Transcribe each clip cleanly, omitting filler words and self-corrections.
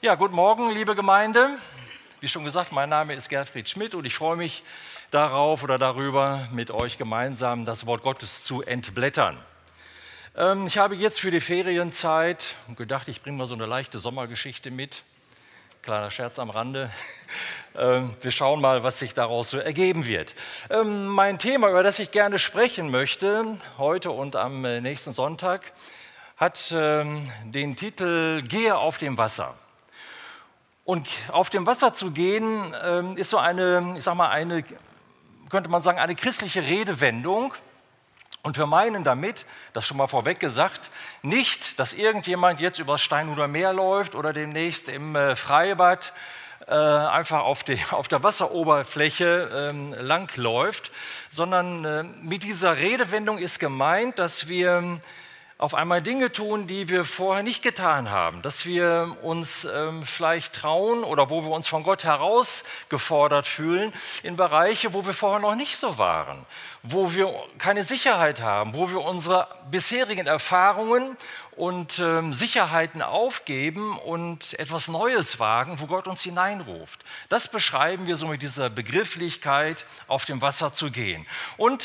Ja, guten Morgen, liebe Gemeinde. Wie schon gesagt, mein Name ist Gerfried Schmidt und ich freue mich darauf oder darüber, mit euch gemeinsam das Wort Gottes zu entblättern. Ich habe jetzt für die Ferienzeit gedacht, ich bringe mal so eine leichte Sommergeschichte mit. Kleiner Scherz am Rande. Wir schauen mal, was sich daraus so ergeben wird. Mein Thema, über das ich gerne sprechen möchte, heute und am nächsten Sonntag, hat den Titel Gehe auf dem Wasser. Und auf dem Wasser zu gehen, ist so eine, könnte man sagen, eine christliche Redewendung. Und wir meinen damit, das schon mal vorweg gesagt, nicht, dass irgendjemand jetzt über das Steinhuder Meer läuft oder demnächst im Freibad einfach auf der Wasseroberfläche langläuft, sondern mit dieser Redewendung ist gemeint, dass wir auf einmal Dinge tun, die wir vorher nicht getan haben, dass wir uns vielleicht trauen oder wo wir uns von Gott herausgefordert fühlen in Bereiche, wo wir vorher noch nicht so waren, wo wir keine Sicherheit haben, wo wir unsere bisherigen Erfahrungen und Sicherheiten aufgeben und etwas Neues wagen, wo Gott uns hineinruft. Das beschreiben wir so mit dieser Begrifflichkeit, auf dem Wasser zu gehen. Und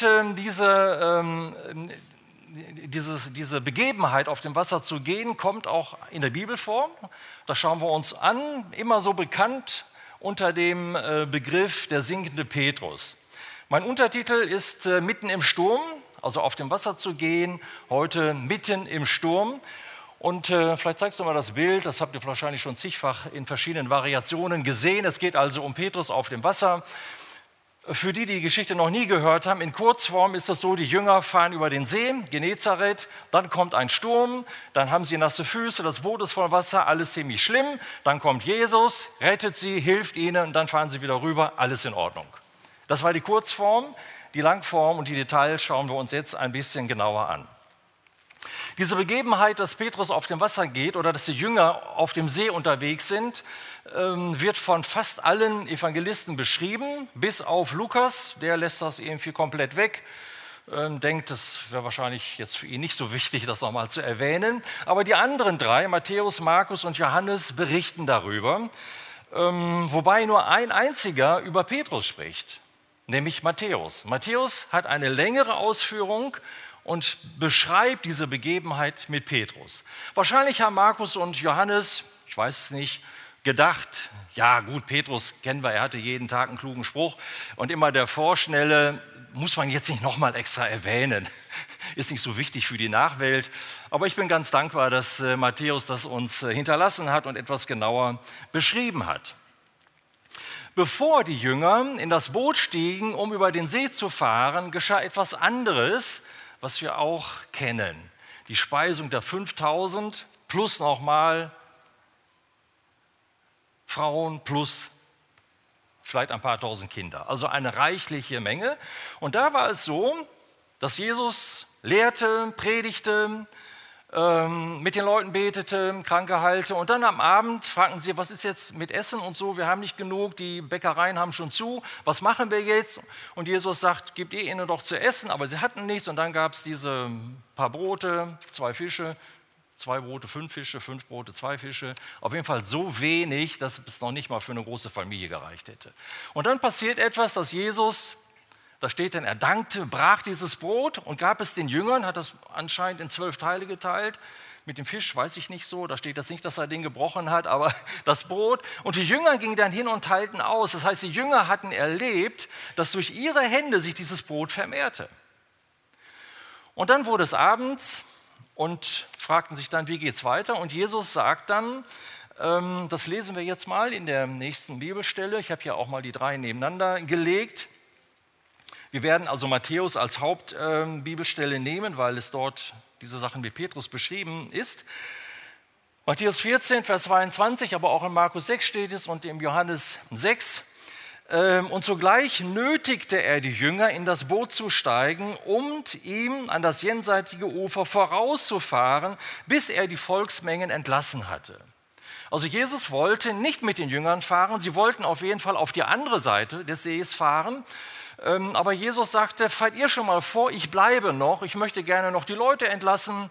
diese Begebenheit, auf dem Wasser zu gehen, kommt auch in der Bibel vor. Das schauen wir uns an, immer so bekannt unter dem Begriff der sinkende Petrus. Mein Untertitel ist Mitten im Sturm, also auf dem Wasser zu gehen, heute mitten im Sturm. Und vielleicht zeigst du mal das Bild, das habt ihr wahrscheinlich schon zigfach in verschiedenen Variationen gesehen. Es geht also um Petrus auf dem Wasser. Für die die Geschichte noch nie gehört haben, in Kurzform ist es so, die Jünger fahren über den See, Genezareth, dann kommt ein Sturm, dann haben sie nasse Füße, das Boot ist voll Wasser, alles ziemlich schlimm, dann kommt Jesus, rettet sie, hilft ihnen und dann fahren sie wieder rüber, alles in Ordnung. Das war die Kurzform, die Langform und die Details schauen wir uns jetzt ein bisschen genauer an. Diese Begebenheit, dass Petrus auf dem Wasser geht oder dass die Jünger auf dem See unterwegs sind, wird von fast allen Evangelisten beschrieben, bis auf Lukas, der lässt das irgendwie komplett weg, denkt, das wäre wahrscheinlich jetzt für ihn nicht so wichtig, das nochmal zu erwähnen. Aber die anderen drei, Matthäus, Markus und Johannes, berichten darüber, wobei nur ein einziger über Petrus spricht, nämlich Matthäus. Matthäus hat eine längere Ausführung und beschreibt diese Begebenheit mit Petrus. Wahrscheinlich haben Markus und Johannes, ich weiß es nicht, gedacht, ja gut, Petrus kennen wir, er hatte jeden Tag einen klugen Spruch und immer der Vorschnelle muss man jetzt nicht nochmal extra erwähnen, ist nicht so wichtig für die Nachwelt, aber ich bin ganz dankbar, dass Matthäus das uns hinterlassen hat und etwas genauer beschrieben hat. Bevor die Jünger in das Boot stiegen, um über den See zu fahren, geschah etwas anderes, was wir auch kennen. Die Speisung der 5000 plus nochmal Frauen plus vielleicht ein paar tausend Kinder. Also eine reichliche Menge. Und da war es so, dass Jesus lehrte, predigte, mit den Leuten betete, Kranke heilte. Und dann am Abend fragten sie, was ist jetzt mit Essen und so? Wir haben nicht genug, die Bäckereien haben schon zu. Was machen wir jetzt? Und Jesus sagt, gebt ihr ihnen doch zu essen. Aber sie hatten nichts. Und dann gab es diese paar Brote, 2 Fische, 2 Brote, 5 Fische, 5 Brote, 2 Fische. Auf jeden Fall so wenig, dass es noch nicht mal für eine große Familie gereicht hätte. Und dann passiert etwas, dass Jesus, da steht dann, er dankte, brach dieses Brot und gab es den Jüngern, hat das anscheinend in 12 Teile geteilt. Mit dem Fisch weiß ich nicht so, da steht jetzt nicht, dass er den gebrochen hat, aber das Brot. Und die Jünger gingen dann hin und teilten aus. Das heißt, die Jünger hatten erlebt, dass durch ihre Hände sich dieses Brot vermehrte. Und dann wurde es abends und fragten sich dann, wie geht es weiter? Und Jesus sagt dann, das lesen wir jetzt mal in der nächsten Bibelstelle, ich habe hier auch mal die 3 nebeneinander gelegt. Wir werden also Matthäus als Hauptbibelstelle nehmen, weil es dort diese Sachen mit Petrus beschrieben ist. Matthäus 14, Vers 22, aber auch in Markus 6 steht es und im Johannes 6. Und sogleich nötigte er die Jünger, in das Boot zu steigen und ihm an das jenseitige Ufer vorauszufahren, bis er die Volksmengen entlassen hatte. Also Jesus wollte nicht mit den Jüngern fahren, sie wollten auf jeden Fall auf die andere Seite des Sees fahren. Aber Jesus sagte, fahrt ihr schon mal vor, ich bleibe noch, ich möchte gerne noch die Leute entlassen,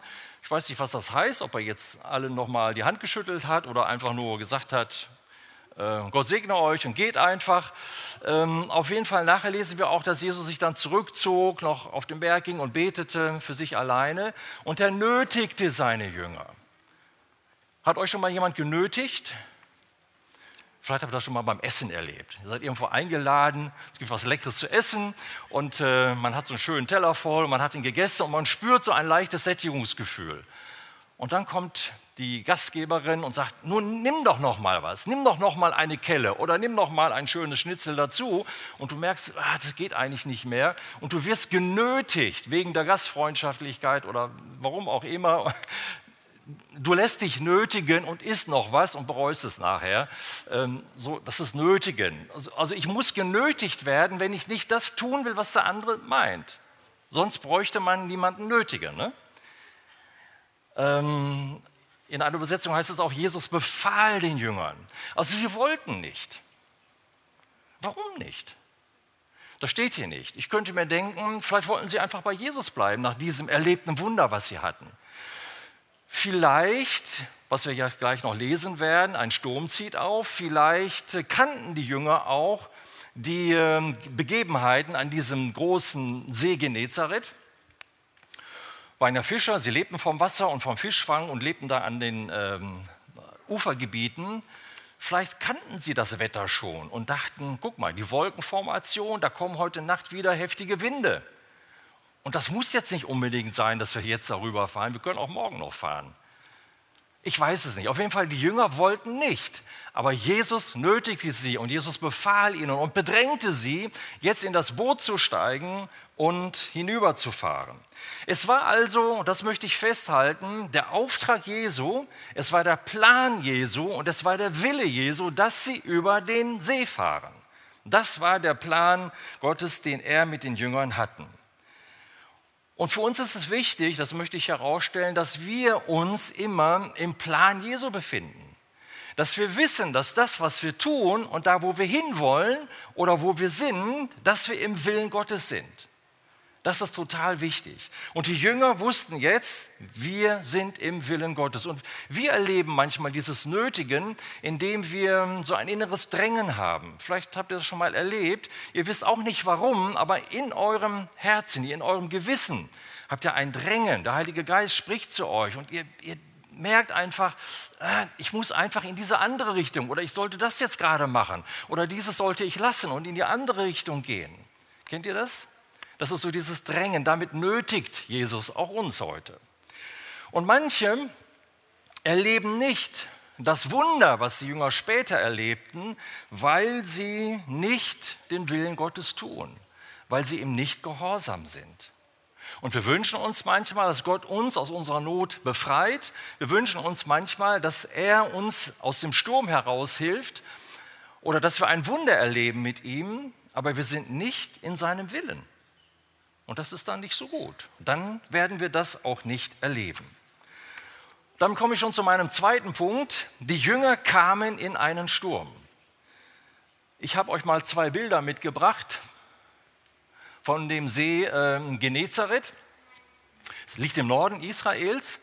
Ich weiß nicht, was das heißt, ob er jetzt alle nochmal die Hand geschüttelt hat oder einfach nur gesagt hat, Gott segne euch und geht einfach. Auf jeden Fall nachher lesen wir auch, dass Jesus sich dann zurückzog, noch auf den Berg ging und betete für sich alleine und er nötigte seine Jünger. Hat euch schon mal jemand genötigt? Vielleicht habt ihr das schon mal beim Essen erlebt. Ihr seid irgendwo eingeladen, es gibt was Leckeres zu essen und man hat so einen schönen Teller voll, man hat ihn gegessen und man spürt so ein leichtes Sättigungsgefühl. Und dann kommt die Gastgeberin und sagt, nun nimm doch noch mal was, nimm doch noch mal eine Kelle oder nimm noch mal ein schönes Schnitzel dazu. Und du merkst, das geht eigentlich nicht mehr. Und du wirst genötigt, wegen der Gastfreundschaftlichkeit oder warum auch immer. Du lässt dich nötigen und isst noch was und bereust es nachher. Das ist Nötigen. Also ich muss genötigt werden, wenn ich nicht das tun will, was der andere meint. Sonst bräuchte man niemanden nötigen, ne? In einer Übersetzung heißt es auch, Jesus befahl den Jüngern. Also sie wollten nicht. Warum nicht? Das steht hier nicht. Ich könnte mir denken, vielleicht wollten sie einfach bei Jesus bleiben, nach diesem erlebten Wunder, was sie hatten. Vielleicht, was wir ja gleich noch lesen werden, ein Sturm zieht auf, vielleicht kannten die Jünger auch die Begebenheiten an diesem großen See Genezareth. Waren ja Fischer, sie lebten vom Wasser und vom Fischfang und lebten da an den Ufergebieten. Vielleicht kannten sie das Wetter schon und dachten, guck mal, die Wolkenformation, da kommen heute Nacht wieder heftige Winde. Und das muss jetzt nicht unbedingt sein, dass wir jetzt darüber fahren, wir können auch morgen noch fahren. Ich weiß es nicht. Auf jeden Fall, die Jünger wollten nicht. Aber Jesus nötigte sie und Jesus befahl ihnen und bedrängte sie, jetzt in das Boot zu steigen und hinüberzufahren. Es war also, das möchte ich festhalten, der Auftrag Jesu, es war der Plan Jesu und es war der Wille Jesu, dass sie über den See fahren. Das war der Plan Gottes, den er mit den Jüngern hatten. Und für uns ist es wichtig, das möchte ich herausstellen, dass wir uns immer im Plan Jesu befinden. Dass wir wissen, dass das, was wir tun und da, wo wir hinwollen oder wo wir sind, dass wir im Willen Gottes sind. Das ist total wichtig. Und die Jünger wussten jetzt, wir sind im Willen Gottes. Und wir erleben manchmal dieses Nötigen, indem wir so ein inneres Drängen haben. Vielleicht habt ihr das schon mal erlebt. Ihr wisst auch nicht warum, aber in eurem Herzen, in eurem Gewissen habt ihr ein Drängen. Der Heilige Geist spricht zu euch und ihr merkt einfach, ich muss einfach in diese andere Richtung oder ich sollte das jetzt gerade machen oder dieses sollte ich lassen und in die andere Richtung gehen. Kennt ihr das? Das ist so dieses Drängen, damit nötigt Jesus auch uns heute. Und manche erleben nicht das Wunder, was die Jünger später erlebten, weil sie nicht den Willen Gottes tun, weil sie ihm nicht gehorsam sind. Und wir wünschen uns manchmal, dass Gott uns aus unserer Not befreit. Wir wünschen uns manchmal, dass er uns aus dem Sturm heraushilft oder dass wir ein Wunder erleben mit ihm, aber wir sind nicht in seinem Willen. Und das ist dann nicht so gut. Dann werden wir das auch nicht erleben. Dann komme ich schon zu meinem zweiten Punkt. Die Jünger kamen in einen Sturm. Ich habe euch mal 2 Bilder mitgebracht von dem See Genezareth. Es liegt im Norden Israels.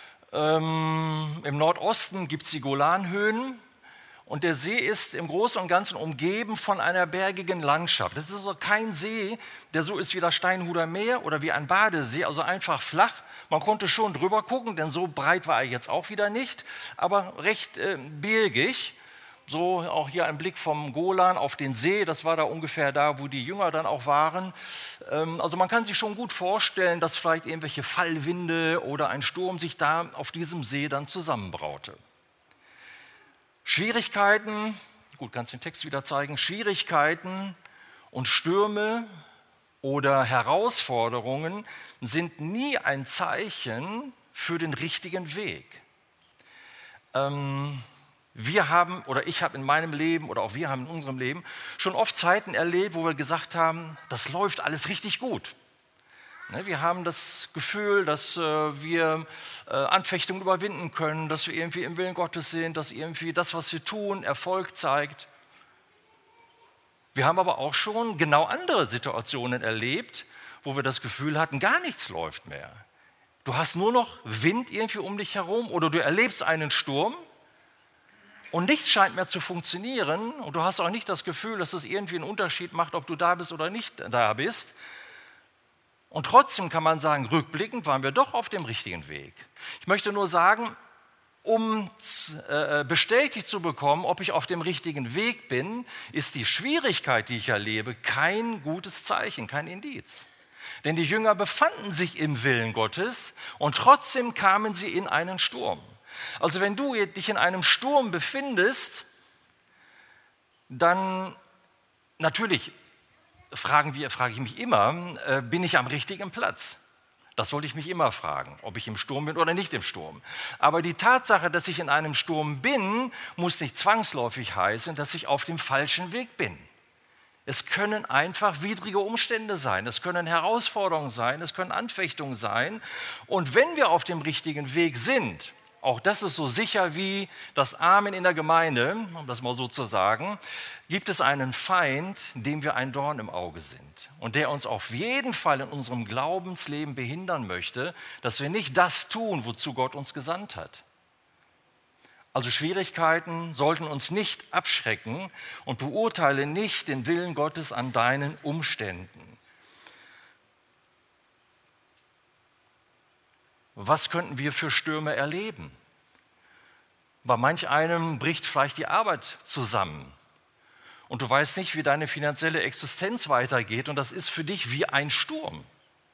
Im Nordosten gibt es die Golanhöhen. Und der See ist im Großen und Ganzen umgeben von einer bergigen Landschaft. Das ist also kein See, der so ist wie das Steinhuder Meer oder wie ein Badesee, also einfach flach. Man konnte schon drüber gucken, denn so breit war er jetzt auch wieder nicht, aber recht bergig. So auch hier ein Blick vom Golan auf den See, das war da ungefähr da, wo die Jünger dann auch waren. Also man kann sich schon gut vorstellen, dass vielleicht irgendwelche Fallwinde oder ein Sturm sich da auf diesem See dann zusammenbraute. Schwierigkeiten, gut, kannst du den Text wieder zeigen, Schwierigkeiten und Stürme oder Herausforderungen sind nie ein Zeichen für den richtigen Weg. Ich habe in meinem Leben oder auch wir haben in unserem Leben schon oft Zeiten erlebt, wo wir gesagt haben, das läuft alles richtig gut. Wir haben das Gefühl, dass wir Anfechtungen überwinden können, dass wir irgendwie im Willen Gottes sind, dass irgendwie das, was wir tun, Erfolg zeigt. Wir haben aber auch schon genau andere Situationen erlebt, wo wir das Gefühl hatten, gar nichts läuft mehr. Du hast nur noch Wind irgendwie um dich herum oder du erlebst einen Sturm und nichts scheint mehr zu funktionieren und du hast auch nicht das Gefühl, dass es irgendwie einen Unterschied macht, ob du da bist oder nicht da bist. Und trotzdem kann man sagen, rückblickend waren wir doch auf dem richtigen Weg. Ich möchte nur sagen, um bestätigt zu bekommen, ob ich auf dem richtigen Weg bin, ist die Schwierigkeit, die ich erlebe, kein gutes Zeichen, kein Indiz. Denn die Jünger befanden sich im Willen Gottes und trotzdem kamen sie in einen Sturm. Also wenn du dich in einem Sturm befindest, dann natürlich frage ich mich immer, bin ich am richtigen Platz? Das wollte ich mich immer fragen, ob ich im Sturm bin oder nicht im Sturm. Aber die Tatsache, dass ich in einem Sturm bin, muss nicht zwangsläufig heißen, dass ich auf dem falschen Weg bin. Es können einfach widrige Umstände sein, es können Herausforderungen sein, es können Anfechtungen sein. Und wenn wir auf dem richtigen Weg sind, auch das ist so sicher wie das Amen in der Gemeinde, um das mal so zu sagen, gibt es einen Feind, dem wir ein Dorn im Auge sind und der uns auf jeden Fall in unserem Glaubensleben behindern möchte, dass wir nicht das tun, wozu Gott uns gesandt hat. Also Schwierigkeiten sollten uns nicht abschrecken und beurteile nicht den Willen Gottes an deinen Umständen. Was könnten wir für Stürme erleben? Bei manch einem bricht vielleicht die Arbeit zusammen und du weißt nicht, wie deine finanzielle Existenz weitergeht und das ist für dich wie ein Sturm.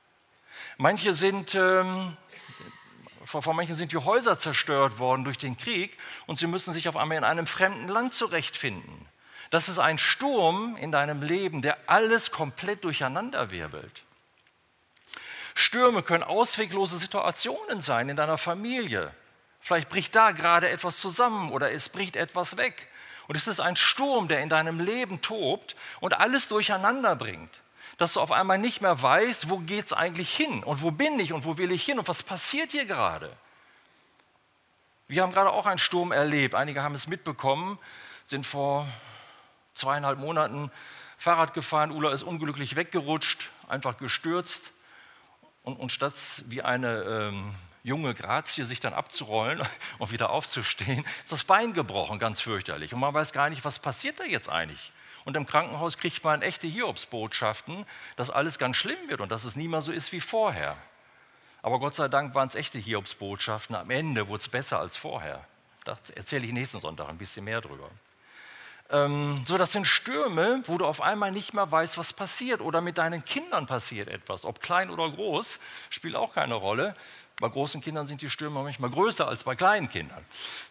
Vor manchen sind die Häuser zerstört worden durch den Krieg und sie müssen sich auf einmal in einem fremden Land zurechtfinden. Das ist ein Sturm in deinem Leben, der alles komplett durcheinanderwirbelt. Stürme können ausweglose Situationen sein in deiner Familie. Vielleicht bricht da gerade etwas zusammen oder es bricht etwas weg. Und es ist ein Sturm, der in deinem Leben tobt und alles durcheinander bringt. Dass du auf einmal nicht mehr weißt, wo geht es eigentlich hin und wo bin ich und wo will ich hin und was passiert hier gerade. Wir haben gerade auch einen Sturm erlebt. Einige haben es mitbekommen, sind vor 2,5 Monaten Fahrrad gefahren. Ulla ist unglücklich weggerutscht, einfach gestürzt. Und statt wie eine junge Grazie sich dann abzurollen und wieder aufzustehen, ist das Bein gebrochen, ganz fürchterlich. Und man weiß gar nicht, was passiert da jetzt eigentlich. Und im Krankenhaus kriegt man echte Hiobsbotschaften, dass alles ganz schlimm wird und dass es nie mehr so ist wie vorher. Aber Gott sei Dank waren es echte Hiobsbotschaften. Am Ende wurde es besser als vorher. Da erzähle ich nächsten Sonntag ein bisschen mehr drüber. Das sind Stürme, wo du auf einmal nicht mehr weißt, was passiert. Oder mit deinen Kindern passiert etwas. Ob klein oder groß, spielt auch keine Rolle. Bei großen Kindern sind die Stürme manchmal größer als bei kleinen Kindern.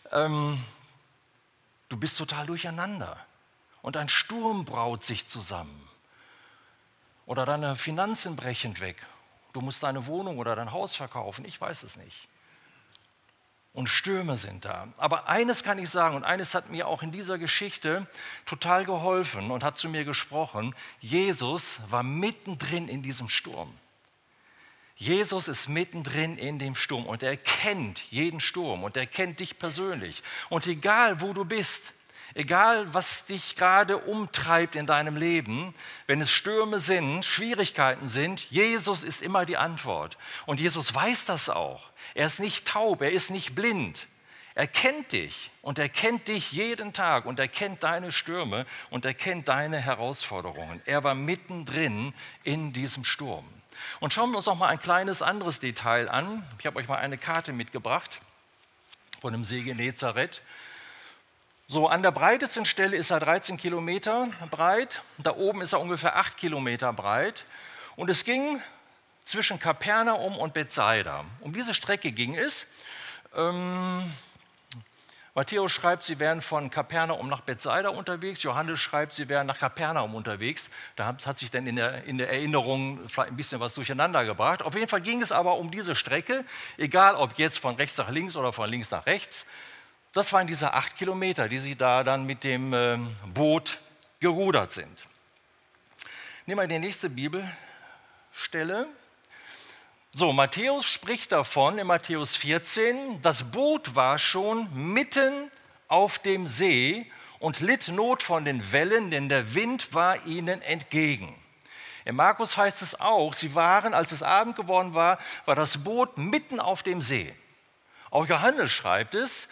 Du bist total durcheinander. Und ein Sturm braut sich zusammen. Oder deine Finanzen brechen weg. Du musst deine Wohnung oder dein Haus verkaufen, ich weiß es nicht. Und Stürme sind da. Aber eines kann ich sagen, und eines hat mir auch in dieser Geschichte total geholfen und hat zu mir gesprochen. Jesus war mittendrin in diesem Sturm. Jesus ist mittendrin in dem Sturm und er kennt jeden Sturm und er kennt dich persönlich. Und egal, wo du bist, egal, was dich gerade umtreibt in deinem Leben, wenn es Stürme sind, Schwierigkeiten sind, Jesus ist immer die Antwort. Und Jesus weiß das auch. Er ist nicht taub, er ist nicht blind. Er kennt dich und er kennt dich jeden Tag und er kennt deine Stürme und er kennt deine Herausforderungen. Er war mittendrin in diesem Sturm. Und schauen wir uns noch mal ein kleines anderes Detail an. Ich habe euch mal eine Karte mitgebracht von dem See Genezareth. So, an der breitesten Stelle ist er 13 Kilometer breit, da oben ist er ungefähr 8 Kilometer breit und es ging zwischen Kapernaum und Bethsaida. Um diese Strecke ging es. Matthäus schreibt, sie wären von Kapernaum nach Bethsaida unterwegs, Johannes schreibt, sie wären nach Kapernaum unterwegs. Da hat sich dann in der Erinnerung vielleicht ein bisschen was durcheinander gebracht. Auf jeden Fall ging es aber um diese Strecke, egal ob jetzt von rechts nach links oder von links nach rechts. Das waren diese 8 Kilometer, die sie da dann mit dem Boot gerudert sind. Nehmen wir die nächste Bibelstelle. So, Matthäus spricht davon in Matthäus 14, das Boot war schon mitten auf dem See und litt Not von den Wellen, denn der Wind war ihnen entgegen. Im Markus heißt es auch, sie waren, als es Abend geworden war, war das Boot mitten auf dem See. Auch Johannes schreibt es,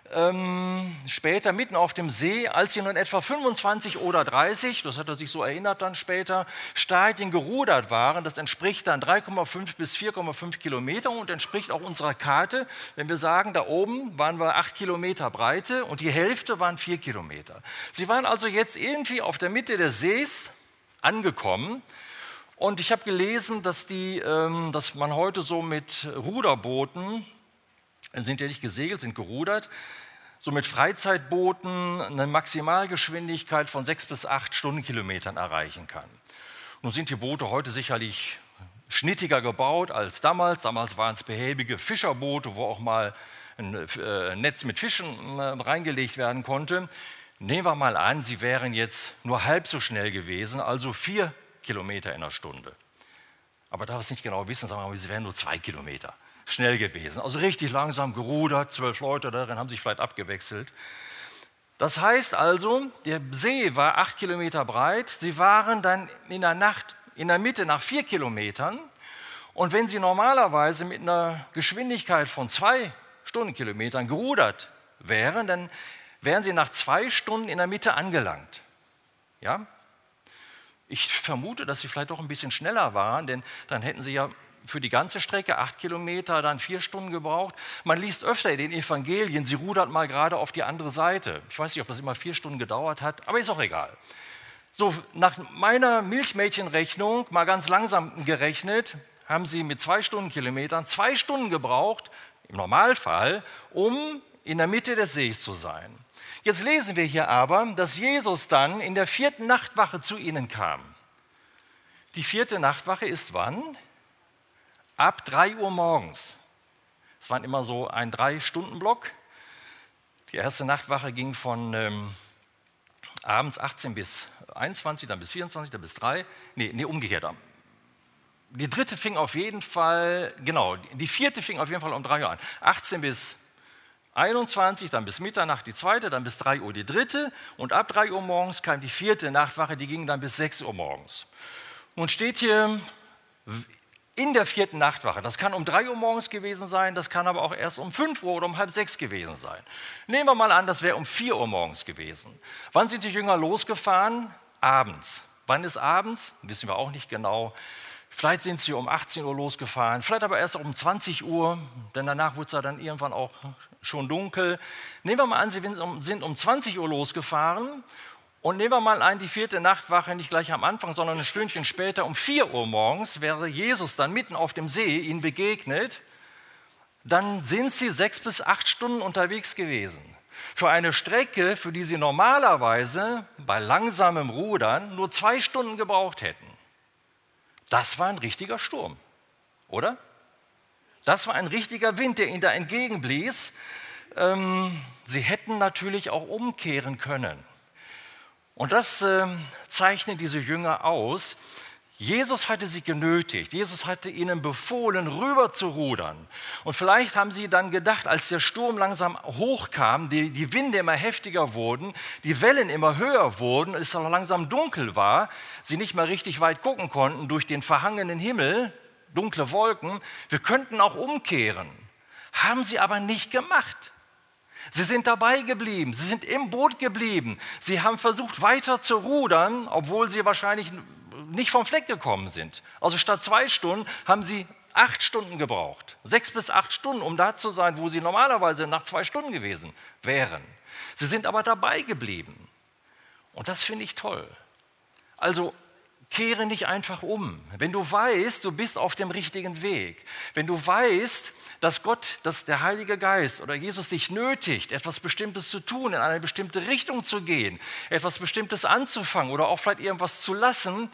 später mitten auf dem See, als sie nun etwa 25 oder 30, das hat er sich so erinnert dann später, Stadien gerudert waren. Das entspricht dann 3,5 bis 4,5 Kilometer und entspricht auch unserer Karte, wenn wir sagen, da oben waren wir 8 Kilometer Breite und die Hälfte waren 4 Kilometer. Sie waren also jetzt irgendwie auf der Mitte des Sees angekommen. Und ich habe gelesen, dass man heute so mit Ruderbooten, sind ja nicht gesegelt, sind gerudert, so mit Freizeitbooten eine Maximalgeschwindigkeit von 6 bis 8 Stundenkilometern erreichen kann. Nun sind die Boote heute sicherlich schnittiger gebaut als damals. Damals waren es behäbige Fischerboote, wo auch mal ein Netz mit Fischen reingelegt werden konnte. Nehmen wir mal an, sie wären jetzt nur halb so schnell gewesen, also 4 Kilometer in der Stunde. Aber da wir es nicht genau wissen, sagen wir mal, sie wären nur 2 Kilometer schnell gewesen. Also richtig langsam gerudert, 12 Leute darin haben sich vielleicht abgewechselt. Das heißt also, der See war 8 Kilometer breit, sie waren dann in der Mitte nach 4 Kilometern und wenn sie normalerweise mit einer Geschwindigkeit von 2 Stundenkilometern gerudert wären, dann wären sie nach 2 Stunden in der Mitte angelangt. Ja? Ich vermute, dass sie vielleicht doch ein bisschen schneller waren, denn dann hätten sie ja für die ganze Strecke 8 Kilometer dann 4 Stunden gebraucht. Man liest öfter in den Evangelien, sie rudert mal gerade auf die andere Seite. Ich weiß nicht, ob das immer 4 Stunden gedauert hat, aber ist auch egal. So, nach meiner Milchmädchenrechnung, mal ganz langsam gerechnet, haben sie mit 2 Stundenkilometern 2 Stunden gebraucht, im Normalfall, um in der Mitte des Sees zu sein. Jetzt lesen wir hier aber, dass Jesus dann in der 4. Nachtwache zu ihnen kam. Die 4. Nachtwache ist wann? Ab 3 Uhr morgens. Es waren immer so ein 3-Stunden-Block. Die erste Nachtwache ging von abends 18 bis 21, dann bis 24, dann bis 3. Nee, umgekehrt. Die dritte fing auf jeden Fall, genau, die 4. fing auf jeden Fall um 3 Uhr an. 18 bis 21, dann bis Mitternacht die 2., dann bis 3 Uhr die 3. Und ab 3 Uhr morgens kam die 4. Nachtwache, die ging dann bis 6 Uhr morgens. Nun steht hier in der 4. Nachtwache, das kann um 3 Uhr morgens gewesen sein, das kann aber auch erst um 5 Uhr oder um halb 6 gewesen sein. Nehmen wir mal an, das wäre um 4 Uhr morgens gewesen. Wann sind die Jünger losgefahren? Abends. Wann ist abends? Wissen wir auch nicht genau. Vielleicht sind sie um 18 Uhr losgefahren, vielleicht aber erst um 20 Uhr, denn danach wurde es ja dann irgendwann auch schon dunkel. Nehmen wir mal an, sie sind um 20 Uhr losgefahren. Und nehmen wir mal an, die 4. Nachtwache nicht gleich am Anfang, sondern ein Stündchen später, um 4 Uhr morgens, wäre Jesus dann mitten auf dem See ihnen begegnet, dann sind sie 6 bis 8 Stunden unterwegs gewesen. Für eine Strecke, für die sie normalerweise bei langsamem Rudern nur 2 Stunden gebraucht hätten. Das war ein richtiger Sturm, oder? Das war ein richtiger Wind, der ihnen da entgegenblies. Sie hätten natürlich auch umkehren können. Und das zeichnen diese Jünger aus. Jesus hatte sie genötigt, Jesus hatte ihnen befohlen, rüber zu rudern. Und vielleicht haben sie dann gedacht, als der Sturm langsam hochkam, die Winde immer heftiger wurden, die Wellen immer höher wurden, es auch langsam dunkel war, sie nicht mehr richtig weit gucken konnten durch den verhangenen Himmel, dunkle Wolken, wir könnten auch umkehren. Haben sie aber nicht gemacht. Sie sind dabei geblieben, sie sind im Boot geblieben. Sie haben versucht, weiter zu rudern, obwohl sie wahrscheinlich nicht vom Fleck gekommen sind. Also statt 2 Stunden haben sie 8 Stunden gebraucht. 6 bis 8 Stunden, um da zu sein, wo sie normalerweise nach 2 Stunden gewesen wären. Sie sind aber dabei geblieben. Und das finde ich toll. Also kehre nicht einfach um. Wenn du weißt, du bist auf dem richtigen Weg, wenn du weißt, dass Gott, dass der Heilige Geist oder Jesus dich nötigt, etwas Bestimmtes zu tun, in eine bestimmte Richtung zu gehen, etwas Bestimmtes anzufangen oder auch vielleicht irgendwas zu lassen,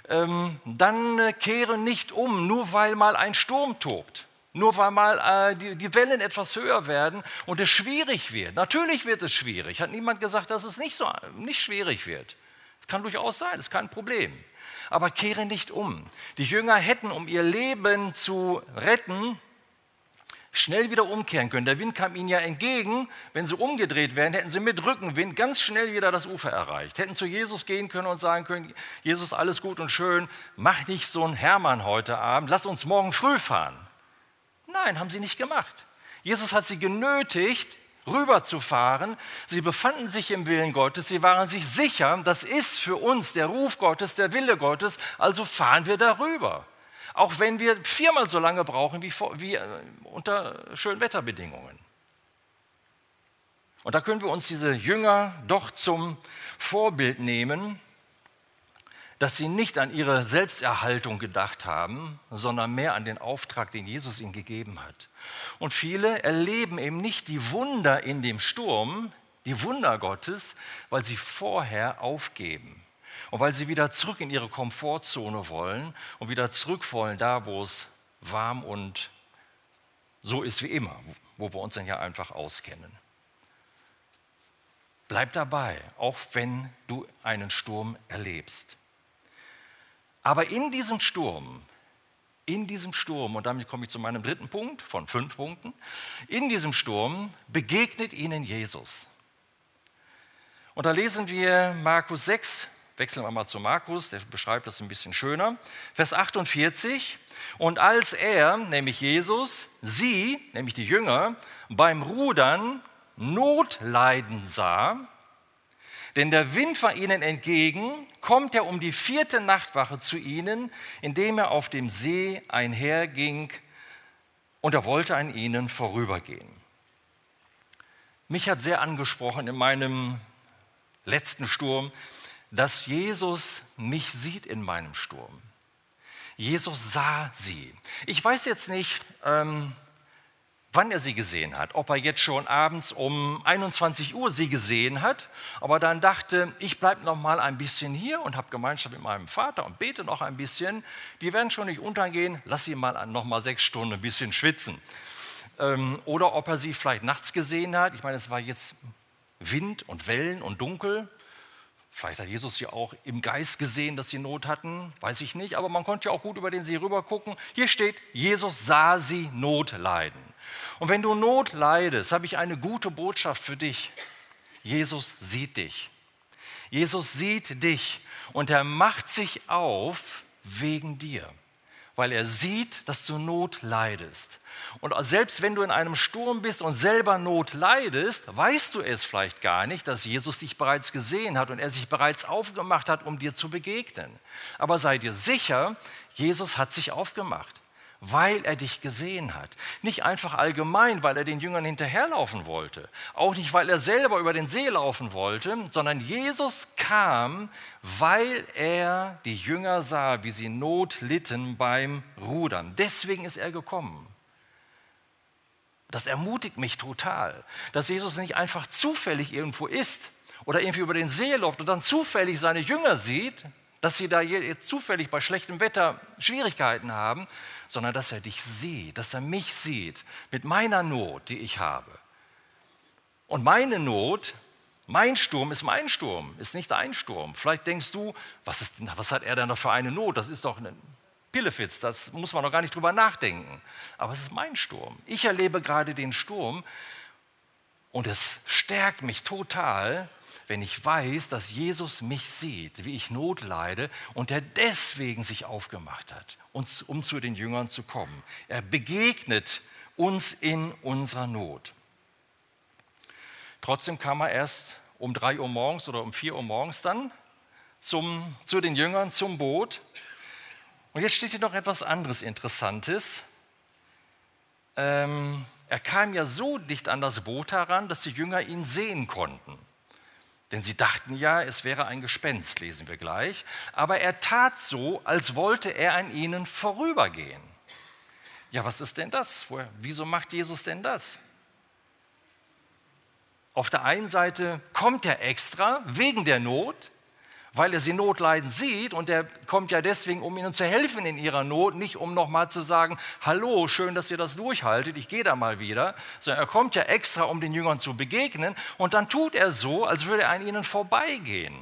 dann kehre nicht um, nur weil mal ein Sturm tobt, nur weil mal die Wellen etwas höher werden und es schwierig wird. Natürlich wird es schwierig. Hat niemand gesagt, dass es nicht schwierig wird. Es kann durchaus sein, es ist kein Problem. Aber kehre nicht um. Die Jünger hätten, um ihr Leben zu retten, schnell wieder umkehren können. Der Wind kam ihnen ja entgegen. Wenn sie umgedreht wären, hätten sie mit Rückenwind ganz schnell wieder das Ufer erreicht. Hätten zu Jesus gehen können und sagen können, Jesus, alles gut und schön, mach nicht so einen Hermann heute Abend, lass uns morgen früh fahren. Nein, haben sie nicht gemacht. Jesus hat sie genötigt, rüberzufahren. Sie befanden sich im Willen Gottes, sie waren sich sicher, das ist für uns der Ruf Gottes, der Wille Gottes, also fahren wir darüber. Auch wenn wir 4-mal so lange brauchen wie unter schönen Wetterbedingungen. Und da können wir uns diese Jünger doch zum Vorbild nehmen, dass sie nicht an ihre Selbsterhaltung gedacht haben, sondern mehr an den Auftrag, den Jesus ihnen gegeben hat. Und viele erleben eben nicht die Wunder in dem Sturm, die Wunder Gottes, weil sie vorher aufgeben und weil sie wieder zurück in ihre Komfortzone wollen und wieder zurück wollen, da wo es warm und so ist wie immer, wo wir uns dann ja einfach auskennen. Bleib dabei, auch wenn du einen Sturm erlebst. Aber in diesem Sturm, und damit komme ich zu meinem 3. Punkt von 5 Punkten, in diesem Sturm begegnet ihnen Jesus. Und da lesen wir Markus 6, wechseln wir mal zu Markus, der beschreibt das ein bisschen schöner, Vers 48. Und als er, nämlich Jesus, sie, nämlich die Jünger, beim Rudern Not leiden sah, denn der Wind war ihnen entgegen, kommt er um die 4. Nachtwache zu ihnen, indem er auf dem See einherging und er wollte an ihnen vorübergehen. Mich hat sehr angesprochen in meinem letzten Sturm, dass Jesus mich sieht in meinem Sturm. Jesus sah sie. Ich weiß jetzt nicht, wann er sie gesehen hat, ob er jetzt schon abends um 21 Uhr sie gesehen hat, aber dann dachte, ich bleibe noch mal ein bisschen hier und habe Gemeinschaft mit meinem Vater und bete noch ein bisschen. Die werden schon nicht untergehen, lass sie mal noch mal 6 Stunden ein bisschen schwitzen. Oder ob er sie vielleicht nachts gesehen hat. Ich meine, es war jetzt Wind und Wellen und dunkel. Vielleicht hat Jesus sie auch im Geist gesehen, dass sie Not hatten, weiß ich nicht. Aber man konnte ja auch gut über den See rüber gucken. Hier steht, Jesus sah sie Not leiden. Und wenn du Not leidest, habe ich eine gute Botschaft für dich. Jesus sieht dich. Jesus sieht dich und er macht sich auf wegen dir, weil er sieht, dass du Not leidest. Und selbst wenn du in einem Sturm bist und selber Not leidest, weißt du es vielleicht gar nicht, dass Jesus dich bereits gesehen hat und er sich bereits aufgemacht hat, um dir zu begegnen. Aber sei dir sicher, Jesus hat sich aufgemacht, weil er dich gesehen hat. Nicht einfach allgemein, weil er den Jüngern hinterherlaufen wollte. Auch nicht, weil er selber über den See laufen wollte, sondern Jesus kam, weil er die Jünger sah, wie sie Not litten beim Rudern. Deswegen ist er gekommen. Das ermutigt mich total, dass Jesus nicht einfach zufällig irgendwo ist oder irgendwie über den See läuft und dann zufällig seine Jünger sieht, dass sie da jetzt zufällig bei schlechtem Wetter Schwierigkeiten haben, sondern dass er dich sieht, dass er mich sieht mit meiner Not, die ich habe. Und meine Not, mein Sturm, ist nicht ein Sturm. Vielleicht denkst du, was hat er denn noch für eine Not? Das ist doch ein Pillefitz, das muss man doch gar nicht drüber nachdenken. Aber es ist mein Sturm. Ich erlebe gerade den Sturm und es stärkt mich total, wenn ich weiß, dass Jesus mich sieht, wie ich Not leide und er deswegen sich aufgemacht hat, um zu den Jüngern zu kommen. Er begegnet uns in unserer Not. Trotzdem kam er erst um 3 Uhr morgens oder um 4 Uhr morgens dann zu den Jüngern zum Boot. Und jetzt steht hier noch etwas anderes Interessantes. Er kam ja so dicht an das Boot heran, dass die Jünger ihn sehen konnten. Denn sie dachten ja, es wäre ein Gespenst, lesen wir gleich. Aber er tat so, als wollte er an ihnen vorübergehen. Ja, was ist denn das? Wieso macht Jesus denn das? Auf der einen Seite kommt er extra wegen der Not, weil er sie Not leiden sieht und er kommt ja deswegen, um ihnen zu helfen in ihrer Not, nicht um nochmal zu sagen, hallo, schön, dass ihr das durchhaltet, ich gehe da mal wieder, sondern er kommt ja extra, um den Jüngern zu begegnen und dann tut er so, als würde er an ihnen vorbeigehen.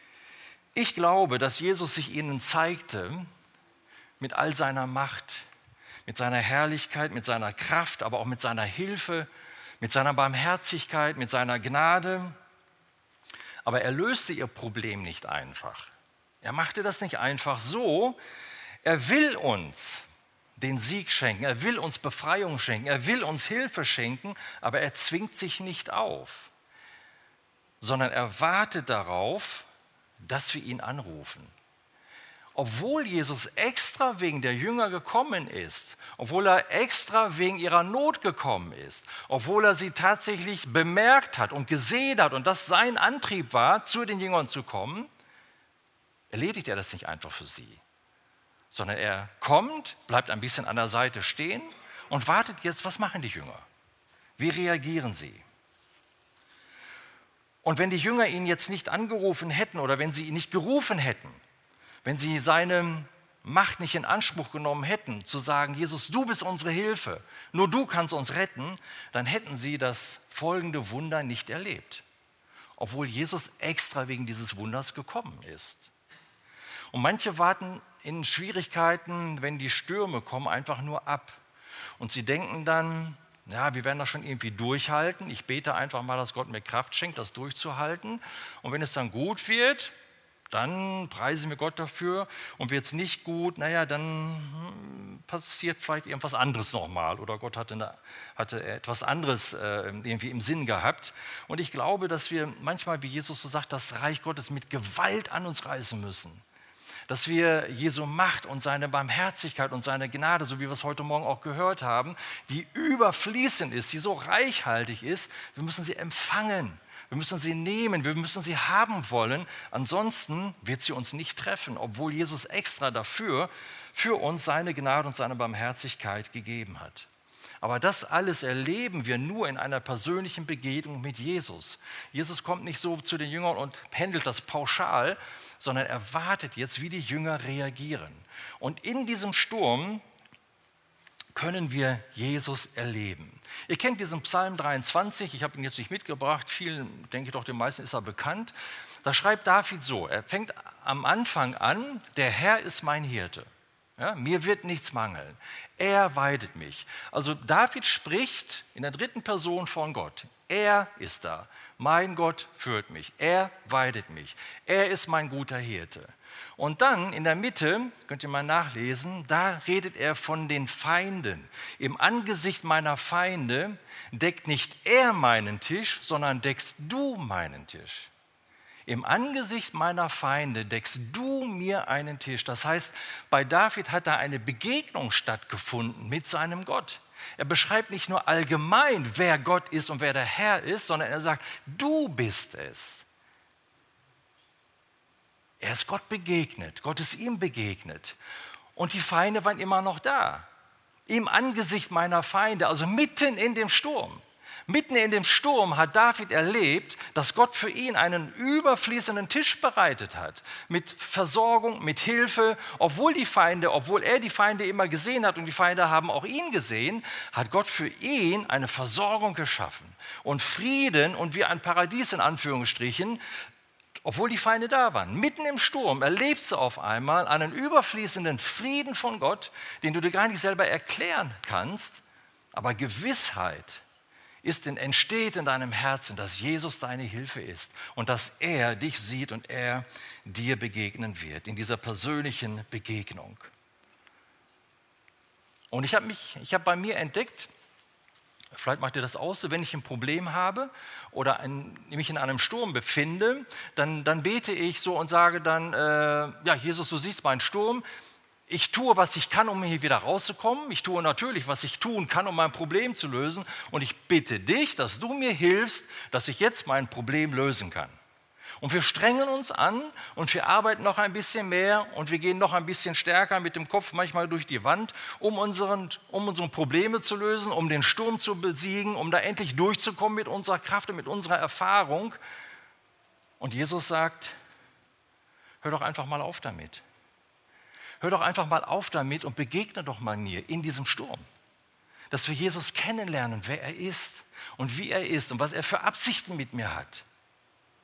Ich glaube, dass Jesus sich ihnen zeigte mit all seiner Macht, mit seiner Herrlichkeit, mit seiner Kraft, aber auch mit seiner Hilfe, mit seiner Barmherzigkeit, mit seiner Gnade. Aber er löste ihr Problem nicht einfach. Er machte das nicht einfach so. Er will uns den Sieg schenken, er will uns Befreiung schenken, er will uns Hilfe schenken, aber er zwingt sich nicht auf, sondern er wartet darauf, dass wir ihn anrufen. Obwohl Jesus extra wegen der Jünger gekommen ist, obwohl er extra wegen ihrer Not gekommen ist, obwohl er sie tatsächlich bemerkt hat und gesehen hat und das sein Antrieb war, zu den Jüngern zu kommen, erledigt er das nicht einfach für sie, sondern er kommt, bleibt ein bisschen an der Seite stehen und wartet jetzt, was machen die Jünger? Wie reagieren sie? Und wenn die Jünger ihn jetzt nicht angerufen hätten oder wenn sie ihn nicht gerufen hätten, wenn sie seine Macht nicht in Anspruch genommen hätten, zu sagen, Jesus, du bist unsere Hilfe, nur du kannst uns retten, dann hätten sie das folgende Wunder nicht erlebt, obwohl Jesus extra wegen dieses Wunders gekommen ist. Und manche warten in Schwierigkeiten, wenn die Stürme kommen, einfach nur ab. Und sie denken dann, ja, wir werden das schon irgendwie durchhalten. Ich bete einfach mal, dass Gott mir Kraft schenkt, das durchzuhalten. Und wenn es dann gut wird, dann preisen wir Gott dafür. Und wird es nicht gut, naja, dann passiert vielleicht irgendwas anderes nochmal. Oder Gott hatte etwas anderes irgendwie im Sinn gehabt. Und ich glaube, dass wir manchmal, wie Jesus so sagt, das Reich Gottes mit Gewalt an uns reißen müssen. Dass wir Jesu Macht und seine Barmherzigkeit und seine Gnade, so wie wir es heute Morgen auch gehört haben, die überfließend ist, die so reichhaltig ist, wir müssen sie empfangen, wir müssen sie nehmen, wir müssen sie haben wollen, ansonsten wird sie uns nicht treffen, obwohl Jesus extra dafür für uns seine Gnade und seine Barmherzigkeit gegeben hat. Aber das alles erleben wir nur in einer persönlichen Begegnung mit Jesus. Jesus kommt nicht so zu den Jüngern und handelt das pauschal, sondern er wartet jetzt, wie die Jünger reagieren. Und in diesem Sturm können wir Jesus erleben. Ihr kennt diesen Psalm 23, ich habe ihn jetzt nicht mitgebracht, vielen, denke ich doch, den meisten ist er bekannt. Da schreibt David so, er fängt am Anfang an, der Herr ist mein Hirte. Ja, mir wird nichts mangeln. Er weidet mich. Also David spricht in der dritten Person von Gott. Er ist da. Mein Gott führt mich. Er weidet mich. Er ist mein guter Hirte. Und dann in der Mitte, könnt ihr mal nachlesen, da redet er von den Feinden. Im Angesicht meiner Feinde deckt nicht er meinen Tisch, sondern deckst du meinen Tisch. Im Angesicht meiner Feinde deckst du mir einen Tisch. Das heißt, bei David hat da eine Begegnung stattgefunden mit seinem Gott. Er beschreibt nicht nur allgemein, wer Gott ist und wer der Herr ist, sondern er sagt, du bist es. Er ist Gott begegnet, Gott ist ihm begegnet. Und die Feinde waren immer noch da. Im Angesicht meiner Feinde, also mitten in dem Sturm. Mitten in dem Sturm hat David erlebt, dass Gott für ihn einen überfließenden Tisch bereitet hat. Mit Versorgung, mit Hilfe. Obwohl er die Feinde immer gesehen hat und die Feinde haben auch ihn gesehen, hat Gott für ihn eine Versorgung geschaffen. Und Frieden und wie ein Paradies in Anführungsstrichen, obwohl die Feinde da waren. Mitten im Sturm erlebst du auf einmal einen überfließenden Frieden von Gott, den du dir gar nicht selber erklären kannst, aber Gewissheit entsteht in deinem Herzen, dass Jesus deine Hilfe ist und dass er dich sieht und er dir begegnen wird, in dieser persönlichen Begegnung. Und ich habe bei mir entdeckt, vielleicht macht ihr das auch so, wenn ich ein Problem habe oder mich in einem Sturm befinde, dann bete ich so und sage dann, ja Jesus, du siehst meinen Sturm, ich tue, was ich kann, um hier wieder rauszukommen. Ich tue natürlich, was ich tun kann, um mein Problem zu lösen. Und ich bitte dich, dass du mir hilfst, dass ich jetzt mein Problem lösen kann. Und wir strengen uns an und wir arbeiten noch ein bisschen mehr und wir gehen noch ein bisschen stärker mit dem Kopf manchmal durch die Wand, um unsere Probleme zu lösen, um den Sturm zu besiegen, um da endlich durchzukommen mit unserer Kraft und mit unserer Erfahrung. Und Jesus sagt, hör doch einfach mal auf damit. Hör doch einfach mal auf damit und begegne doch mal mir in diesem Sturm. Dass wir Jesus kennenlernen, wer er ist und wie er ist und was er für Absichten mit mir hat.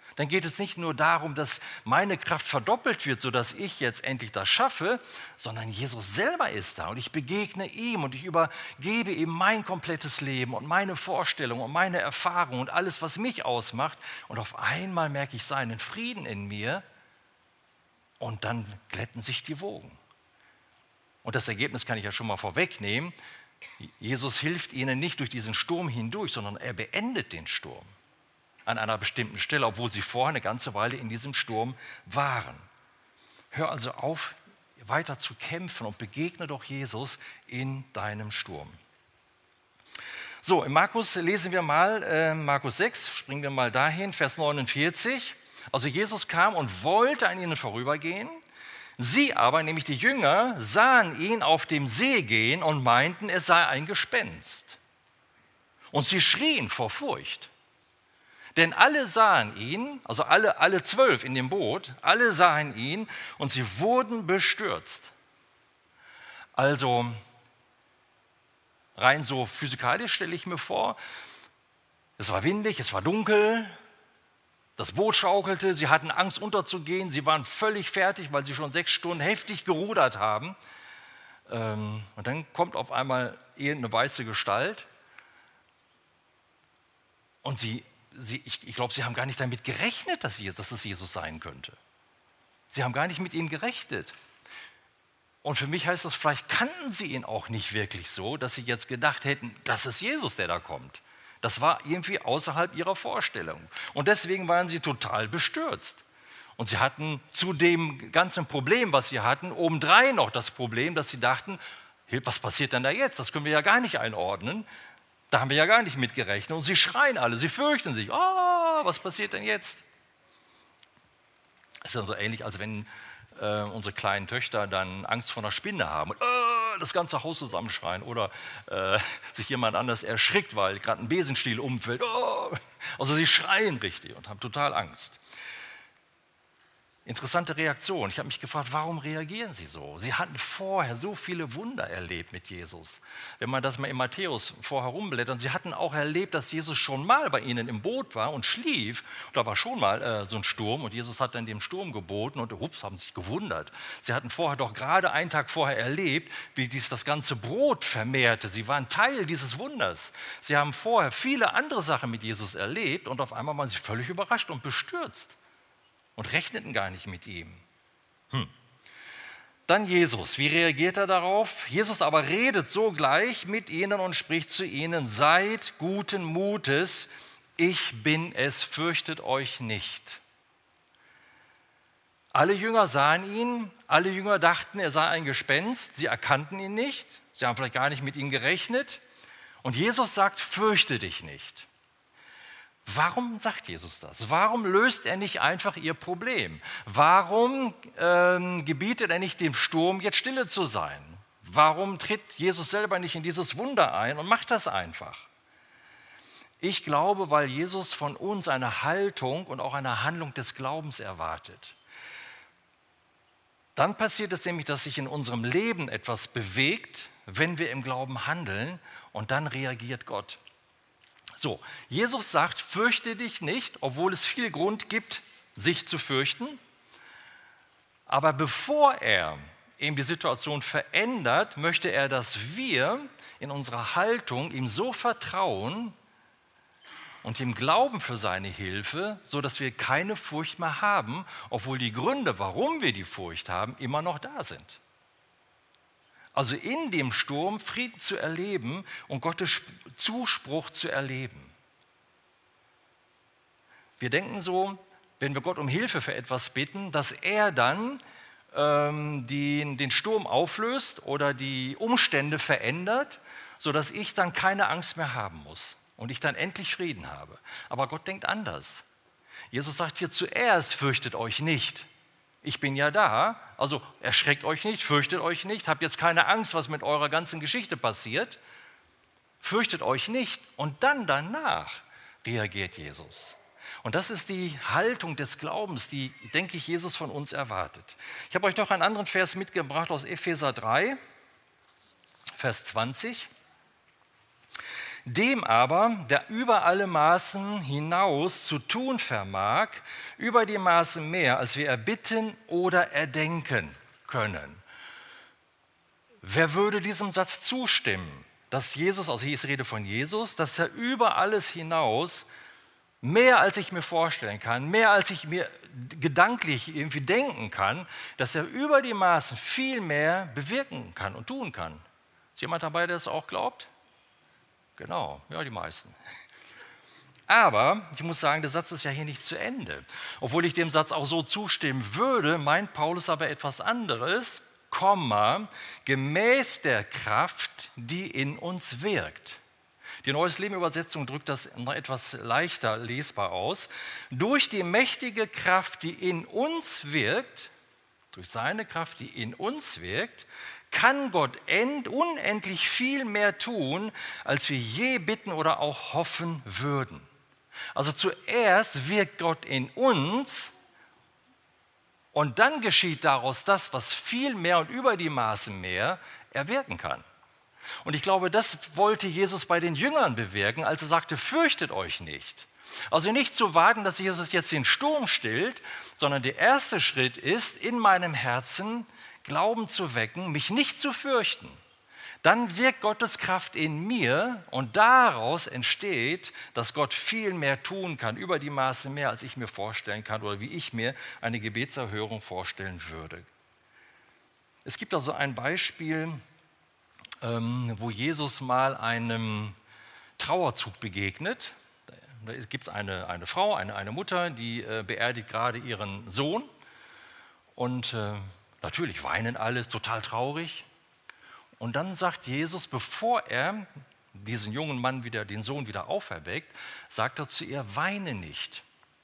Dann geht es nicht nur darum, dass meine Kraft verdoppelt wird, sodass ich jetzt endlich das schaffe, sondern Jesus selber ist da und ich begegne ihm und ich übergebe ihm mein komplettes Leben und meine Vorstellungen und meine Erfahrungen und alles, was mich ausmacht. Und auf einmal merke ich seinen Frieden in mir und dann glätten sich die Wogen. Und das Ergebnis kann ich ja schon mal vorwegnehmen. Jesus hilft ihnen nicht durch diesen Sturm hindurch, sondern er beendet den Sturm an einer bestimmten Stelle, obwohl sie vorher eine ganze Weile in diesem Sturm waren. Hör also auf, weiter zu kämpfen und begegne doch Jesus in deinem Sturm. So, in Markus lesen wir mal, Markus 6, springen wir mal dahin, Vers 49. Also Jesus kam und wollte an ihnen vorübergehen. Sie aber, nämlich die Jünger, sahen ihn auf dem See gehen und meinten, es sei ein Gespenst. Und sie schrien vor Furcht. Denn alle sahen ihn, also alle 12 in dem Boot, alle sahen ihn und sie wurden bestürzt. Also rein so physikalisch stelle ich mir vor, es war windig, es war dunkel, das Boot schaukelte, sie hatten Angst unterzugehen, sie waren völlig fertig, weil sie schon 6 Stunden heftig gerudert haben. Und dann kommt auf einmal irgendeine weiße Gestalt und ich glaube, sie haben gar nicht damit gerechnet, dass es Jesus sein könnte. Sie haben gar nicht mit ihm gerechnet. Und für mich heißt das, vielleicht kannten sie ihn auch nicht wirklich so, dass sie jetzt gedacht hätten, das ist Jesus, der da kommt. Das war irgendwie außerhalb ihrer Vorstellung. Und deswegen waren sie total bestürzt. Und sie hatten zu dem ganzen Problem, was sie hatten, obendrein noch das Problem, dass sie dachten, hey, was passiert denn da jetzt? Das können wir ja gar nicht einordnen. Da haben wir ja gar nicht mit gerechnet. Und sie schreien alle, sie fürchten sich. Was passiert denn jetzt? Es ist dann so ähnlich, als wenn unsere kleinen Töchter dann Angst vor einer Spinne haben und das ganze Haus zusammenschreien oder sich jemand anders erschrickt, weil gerade ein Besenstiel umfällt. Also sie schreien richtig und haben total Angst. Interessante Reaktion. Ich habe mich gefragt, warum reagieren sie so? Sie hatten vorher so viele Wunder erlebt mit Jesus. Wenn man das mal in Matthäus vorher rumblättert, sie hatten auch erlebt, dass Jesus schon mal bei ihnen im Boot war und schlief. Da war schon mal so ein Sturm und Jesus hat dann dem Sturm geboten und haben sich gewundert. Sie hatten vorher doch gerade einen Tag vorher erlebt, wie das ganze Brot vermehrte. Sie waren Teil dieses Wunders. Sie haben vorher viele andere Sachen mit Jesus erlebt und auf einmal waren sie völlig überrascht und bestürzt. Und rechneten gar nicht mit ihm. Dann Jesus, wie reagiert er darauf? Jesus aber redet sogleich mit ihnen und spricht zu ihnen, seid guten Mutes, ich bin es, fürchtet euch nicht. Alle Jünger sahen ihn, alle Jünger dachten, er sei ein Gespenst, sie erkannten ihn nicht, sie haben vielleicht gar nicht mit ihm gerechnet. Und Jesus sagt, fürchte dich nicht. Warum sagt Jesus das? Warum löst er nicht einfach ihr Problem? Warum gebietet er nicht dem Sturm, jetzt stille zu sein? Warum tritt Jesus selber nicht in dieses Wunder ein und macht das einfach? Ich glaube, weil Jesus von uns eine Haltung und auch eine Handlung des Glaubens erwartet. Dann passiert es nämlich, dass sich in unserem Leben etwas bewegt, wenn wir im Glauben handeln und dann reagiert Gott. So, Jesus sagt, fürchte dich nicht, obwohl es viel Grund gibt, sich zu fürchten. Aber bevor er eben die Situation verändert, möchte er, dass wir in unserer Haltung ihm so vertrauen und ihm glauben für seine Hilfe, sodass wir keine Furcht mehr haben, obwohl die Gründe, warum wir die Furcht haben, immer noch da sind. Also in dem Sturm Frieden zu erleben und Gottes Zuspruch zu erleben. Wir denken so, wenn wir Gott um Hilfe für etwas bitten, dass er dann den Sturm auflöst oder die Umstände verändert, sodass ich dann keine Angst mehr haben muss und ich dann endlich Frieden habe. Aber Gott denkt anders. Jesus sagt hier zuerst, fürchtet euch nicht. Ich bin ja da, also erschreckt euch nicht, fürchtet euch nicht, habt jetzt keine Angst, was mit eurer ganzen Geschichte passiert. Fürchtet euch nicht und dann danach reagiert Jesus. Und das ist die Haltung des Glaubens, die, denke ich, Jesus von uns erwartet. Ich habe euch noch einen anderen Vers mitgebracht aus Epheser 3, Vers 20. Dem aber, der über alle Maßen hinaus zu tun vermag, über die Maßen mehr, als wir erbitten oder erdenken können. Wer würde diesem Satz zustimmen, dass Jesus, also hier ist Rede von Jesus, dass er über alles hinaus mehr als ich mir vorstellen kann, mehr als ich mir gedanklich irgendwie denken kann, dass er über die Maßen viel mehr bewirken kann und tun kann. Ist jemand dabei, der das auch glaubt? Genau, ja, die meisten. Aber ich muss sagen, der Satz ist ja hier nicht zu Ende. Obwohl ich dem Satz auch so zustimmen würde, meint Paulus aber etwas anderes, gemäß der Kraft, die in uns wirkt. Die Neues Leben Übersetzung drückt das noch etwas leichter lesbar aus. Durch die mächtige Kraft, die in uns wirkt, durch seine Kraft, die in uns wirkt, kann Gott unendlich viel mehr tun, als wir je bitten oder auch hoffen würden. Also zuerst wirkt Gott in uns und dann geschieht daraus das, was viel mehr und über die Maßen mehr erwirken kann. Und ich glaube, das wollte Jesus bei den Jüngern bewirken, als er sagte, fürchtet euch nicht. Also nicht zu warten, dass Jesus jetzt den Sturm stillt, sondern der erste Schritt ist, in meinem Herzen Glauben zu wecken, mich nicht zu fürchten. Dann wirkt Gottes Kraft in mir und daraus entsteht, dass Gott viel mehr tun kann, über die Maße mehr, als ich mir vorstellen kann oder wie ich mir eine Gebetserhörung vorstellen würde. Es gibt also ein Beispiel, wo Jesus mal einem Trauerzug begegnet. Da gibt es eine Frau, eine Mutter, die beerdigt gerade ihren Sohn und natürlich weinen alle, total traurig. Und dann sagt Jesus, bevor er diesen jungen Mann den Sohn wieder auferweckt, sagt er zu ihr, weine nicht.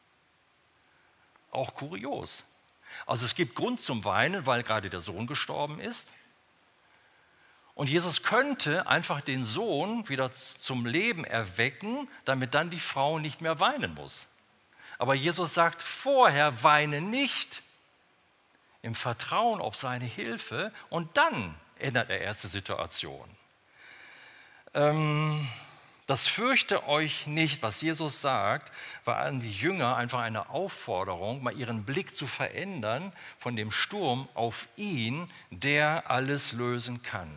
Auch kurios. Also es gibt Grund zum Weinen, weil gerade der Sohn gestorben ist. Und Jesus könnte einfach den Sohn wieder zum Leben erwecken, damit dann die Frau nicht mehr weinen muss. Aber Jesus sagt vorher, weine nicht, im Vertrauen auf seine Hilfe und dann ändert er erst die Situation. Das fürchte euch nicht, was Jesus sagt, war an die Jünger einfach eine Aufforderung, mal ihren Blick zu verändern von dem Sturm auf ihn, der alles lösen kann.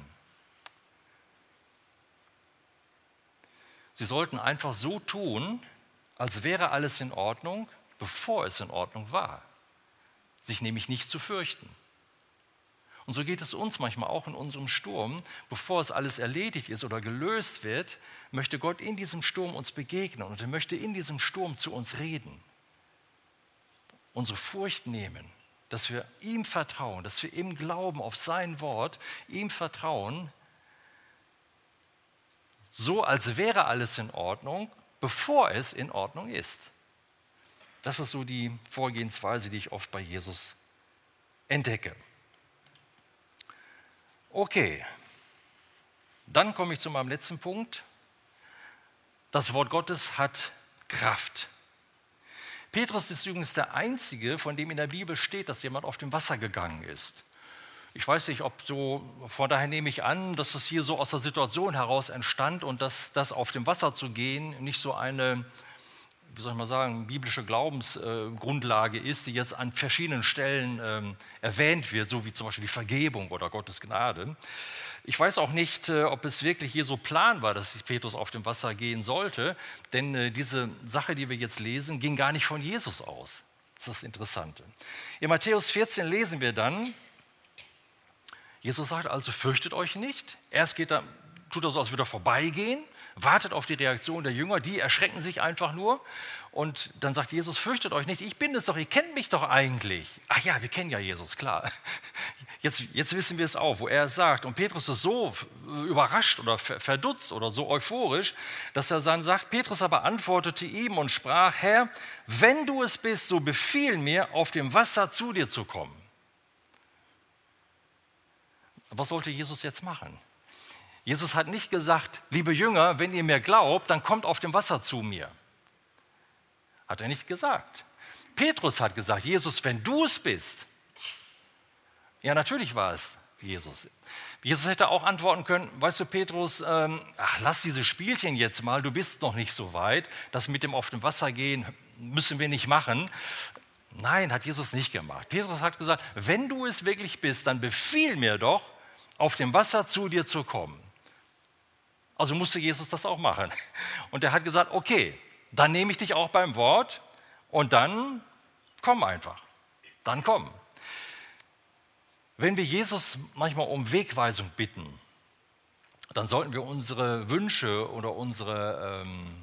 Sie sollten einfach so tun, als wäre alles in Ordnung, bevor es in Ordnung war. Sich nämlich nicht zu fürchten. Und so geht es uns manchmal auch in unserem Sturm. Bevor es alles erledigt ist oder gelöst wird, möchte Gott in diesem Sturm uns begegnen und er möchte in diesem Sturm zu uns reden. Unsere Furcht nehmen, dass wir ihm vertrauen, dass wir ihm glauben auf sein Wort, ihm vertrauen, so als wäre alles in Ordnung, bevor es in Ordnung ist. Das ist so die Vorgehensweise, die ich oft bei Jesus entdecke. Okay, dann komme ich zu meinem letzten Punkt. Das Wort Gottes hat Kraft. Petrus ist übrigens der Einzige, von dem in der Bibel steht, dass jemand auf dem Wasser gegangen ist. Ich weiß nicht, ob so, von daher nehme ich an, dass es hier so aus der Situation heraus entstand und dass das auf dem Wasser zu gehen nicht so eine, wie soll ich mal sagen, biblische Glaubensgrundlage ist, die jetzt an verschiedenen Stellen erwähnt wird, so wie zum Beispiel die Vergebung oder Gottes Gnade. Ich weiß auch nicht, ob es wirklich hier so Plan war, dass Petrus auf dem Wasser gehen sollte, denn diese Sache, die wir jetzt lesen, ging gar nicht von Jesus aus. Das ist das Interessante. In Matthäus 14 lesen wir dann, Jesus sagt also, fürchtet euch nicht. Erst tut er so, als würde er vorbeigehen, wartet auf die Reaktion der Jünger, die erschrecken sich einfach nur. Und dann sagt Jesus, fürchtet euch nicht, ich bin es doch, ihr kennt mich doch eigentlich. Ach ja, wir kennen ja Jesus, klar. Jetzt wissen wir es auch, wo er es sagt. Und Petrus ist so überrascht oder verdutzt oder so euphorisch, dass er dann sagt, Petrus aber antwortete ihm und sprach, Herr, wenn du es bist, so befiehl mir, auf dem Wasser zu dir zu kommen. Was sollte Jesus jetzt machen? Jesus hat nicht gesagt, liebe Jünger, wenn ihr mir glaubt, dann kommt auf dem Wasser zu mir. Hat er nicht gesagt. Petrus hat gesagt, Jesus, wenn du es bist. Ja, natürlich war es Jesus. Jesus hätte auch antworten können, weißt du Petrus, lass diese Spielchen jetzt mal, du bist noch nicht so weit, das mit dem auf dem Wasser gehen müssen wir nicht machen. Nein, hat Jesus nicht gemacht. Petrus hat gesagt, wenn du es wirklich bist, dann befiehl mir doch, auf dem Wasser zu dir zu kommen. Also musste Jesus das auch machen. Und er hat gesagt, okay, dann nehme ich dich auch beim Wort und dann komm einfach, dann komm. Wenn wir Jesus manchmal um Wegweisung bitten, dann sollten wir unsere Wünsche oder unsere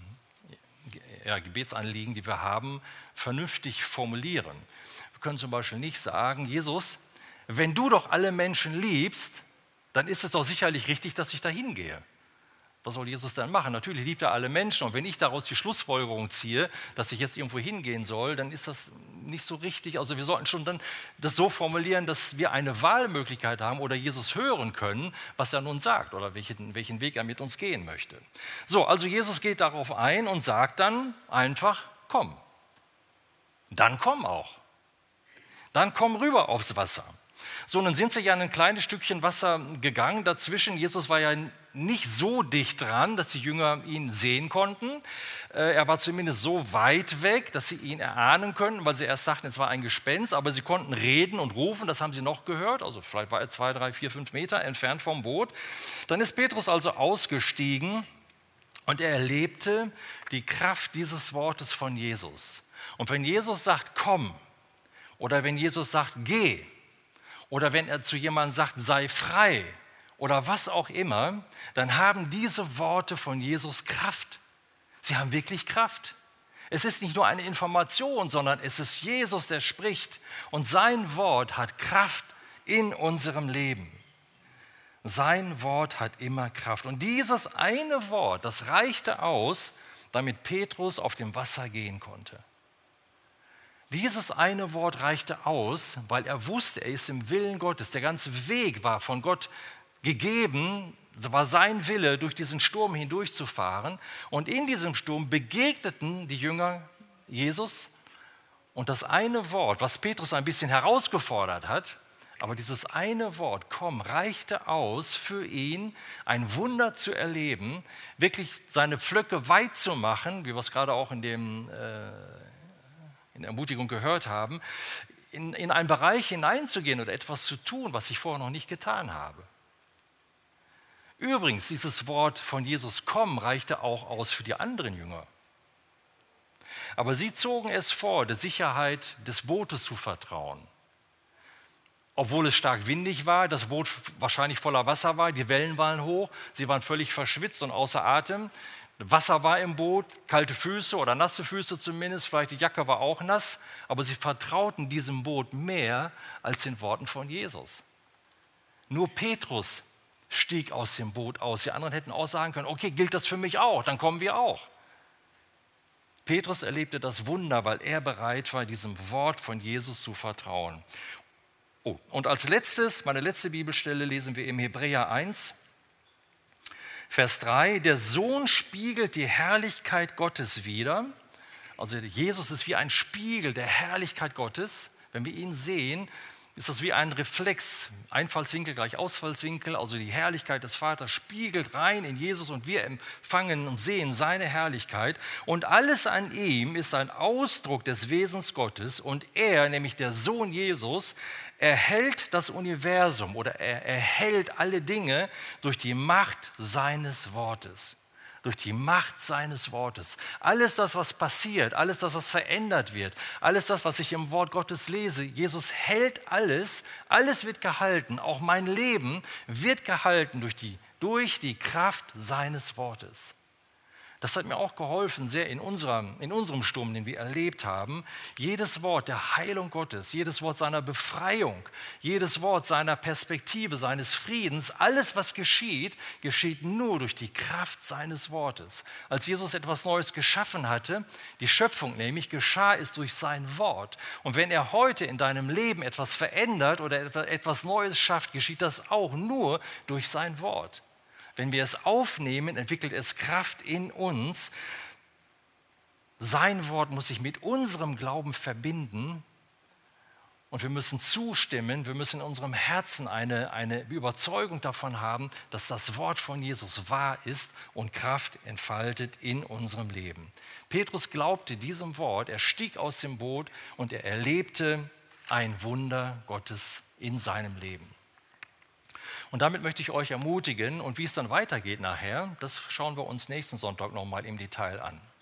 Gebetsanliegen, die wir haben, vernünftig formulieren. Wir können zum Beispiel nicht sagen, Jesus, wenn du doch alle Menschen liebst, dann ist es doch sicherlich richtig, dass ich da hingehe. Was soll Jesus dann machen? Natürlich liebt er alle Menschen und wenn ich daraus die Schlussfolgerung ziehe, dass ich jetzt irgendwo hingehen soll, dann ist das nicht so richtig. Also wir sollten schon dann das so formulieren, dass wir eine Wahlmöglichkeit haben oder Jesus hören können, was er nun sagt oder welchen Weg er mit uns gehen möchte. So, also Jesus geht darauf ein und sagt dann einfach, komm. Dann komm auch. Dann komm rüber aufs Wasser. So, nun sind sie ja ein kleines Stückchen Wasser gegangen dazwischen. Jesus war ja nicht so dicht dran, dass die Jünger ihn sehen konnten. Er war zumindest so weit weg, dass sie ihn erahnen können, weil sie erst sagten, es war ein Gespenst, aber sie konnten reden und rufen, das haben sie noch gehört. Also vielleicht war er 2, 3, 4, 5 Meter entfernt vom Boot. Dann ist Petrus also ausgestiegen und er erlebte die Kraft dieses Wortes von Jesus. Und wenn Jesus sagt, komm, oder wenn Jesus sagt, geh, oder wenn er zu jemandem sagt, sei frei oder was auch immer, dann haben diese Worte von Jesus Kraft. Sie haben wirklich Kraft. Es ist nicht nur eine Information, sondern es ist Jesus, der spricht. Und sein Wort hat Kraft in unserem Leben. Sein Wort hat immer Kraft. Und dieses eine Wort, das reichte aus, damit Petrus auf dem Wasser gehen konnte. Dieses eine Wort reichte aus, weil er wusste, er ist im Willen Gottes. Der ganze Weg war von Gott gegeben, war sein Wille, durch diesen Sturm hindurchzufahren. Und in diesem Sturm begegneten die Jünger Jesus. Und das eine Wort, was Petrus ein bisschen herausgefordert hat, aber dieses eine Wort, komm, reichte aus für ihn, ein Wunder zu erleben, wirklich seine Pflöcke weit zu machen, wie wir es gerade auch in der Ermutigung gehört haben, in einen Bereich hineinzugehen oder etwas zu tun, was ich vorher noch nicht getan habe. Übrigens, dieses Wort von Jesus, komm, reichte auch aus für die anderen Jünger. Aber sie zogen es vor, der Sicherheit des Bootes zu vertrauen. Obwohl es stark windig war, das Boot wahrscheinlich voller Wasser war, die Wellen waren hoch, sie waren völlig verschwitzt und außer Atem. Wasser war im Boot, kalte Füße oder nasse Füße zumindest, vielleicht die Jacke war auch nass, aber sie vertrauten diesem Boot mehr als den Worten von Jesus. Nur Petrus stieg aus dem Boot aus. Die anderen hätten auch sagen können, okay, gilt das für mich auch, dann kommen wir auch. Petrus erlebte das Wunder, weil er bereit war, diesem Wort von Jesus zu vertrauen. Oh, und als letztes, meine letzte Bibelstelle lesen wir im Hebräer 1, Vers 3, der Sohn spiegelt die Herrlichkeit Gottes wider. Also Jesus ist wie ein Spiegel der Herrlichkeit Gottes. Wenn wir ihn sehen, ist das wie ein Reflex, Einfallswinkel gleich Ausfallswinkel. Also die Herrlichkeit des Vaters spiegelt rein in Jesus und wir empfangen und sehen seine Herrlichkeit. Und alles an ihm ist ein Ausdruck des Wesens Gottes. Und er, nämlich der Sohn Jesus, erhält das Universum oder er erhält alle Dinge durch die Macht seines Wortes. Durch die Macht seines Wortes. Alles das, was passiert, alles das, was verändert wird, alles das, was ich im Wort Gottes lese, Jesus hält alles, alles wird gehalten, auch mein Leben wird gehalten durch die Kraft seines Wortes. Das hat mir auch geholfen, sehr in unserem Sturm, den wir erlebt haben. Jedes Wort der Heilung Gottes, jedes Wort seiner Befreiung, jedes Wort seiner Perspektive, seines Friedens, alles, was geschieht, geschieht nur durch die Kraft seines Wortes. Als Jesus etwas Neues geschaffen hatte, die Schöpfung nämlich, geschah es durch sein Wort. Und wenn er heute in deinem Leben etwas verändert oder etwas Neues schafft, geschieht das auch nur durch sein Wort. Wenn wir es aufnehmen, entwickelt es Kraft in uns. Sein Wort muss sich mit unserem Glauben verbinden Und wir müssen zustimmen, wir müssen in unserem Herzen eine Überzeugung davon haben, dass das Wort von Jesus wahr ist und Kraft entfaltet in unserem Leben. Petrus glaubte diesem Wort, er stieg aus dem Boot und er erlebte ein Wunder Gottes in seinem Leben. Und damit möchte ich euch ermutigen, und wie es dann weitergeht nachher, das schauen wir uns nächsten Sonntag nochmal im Detail an.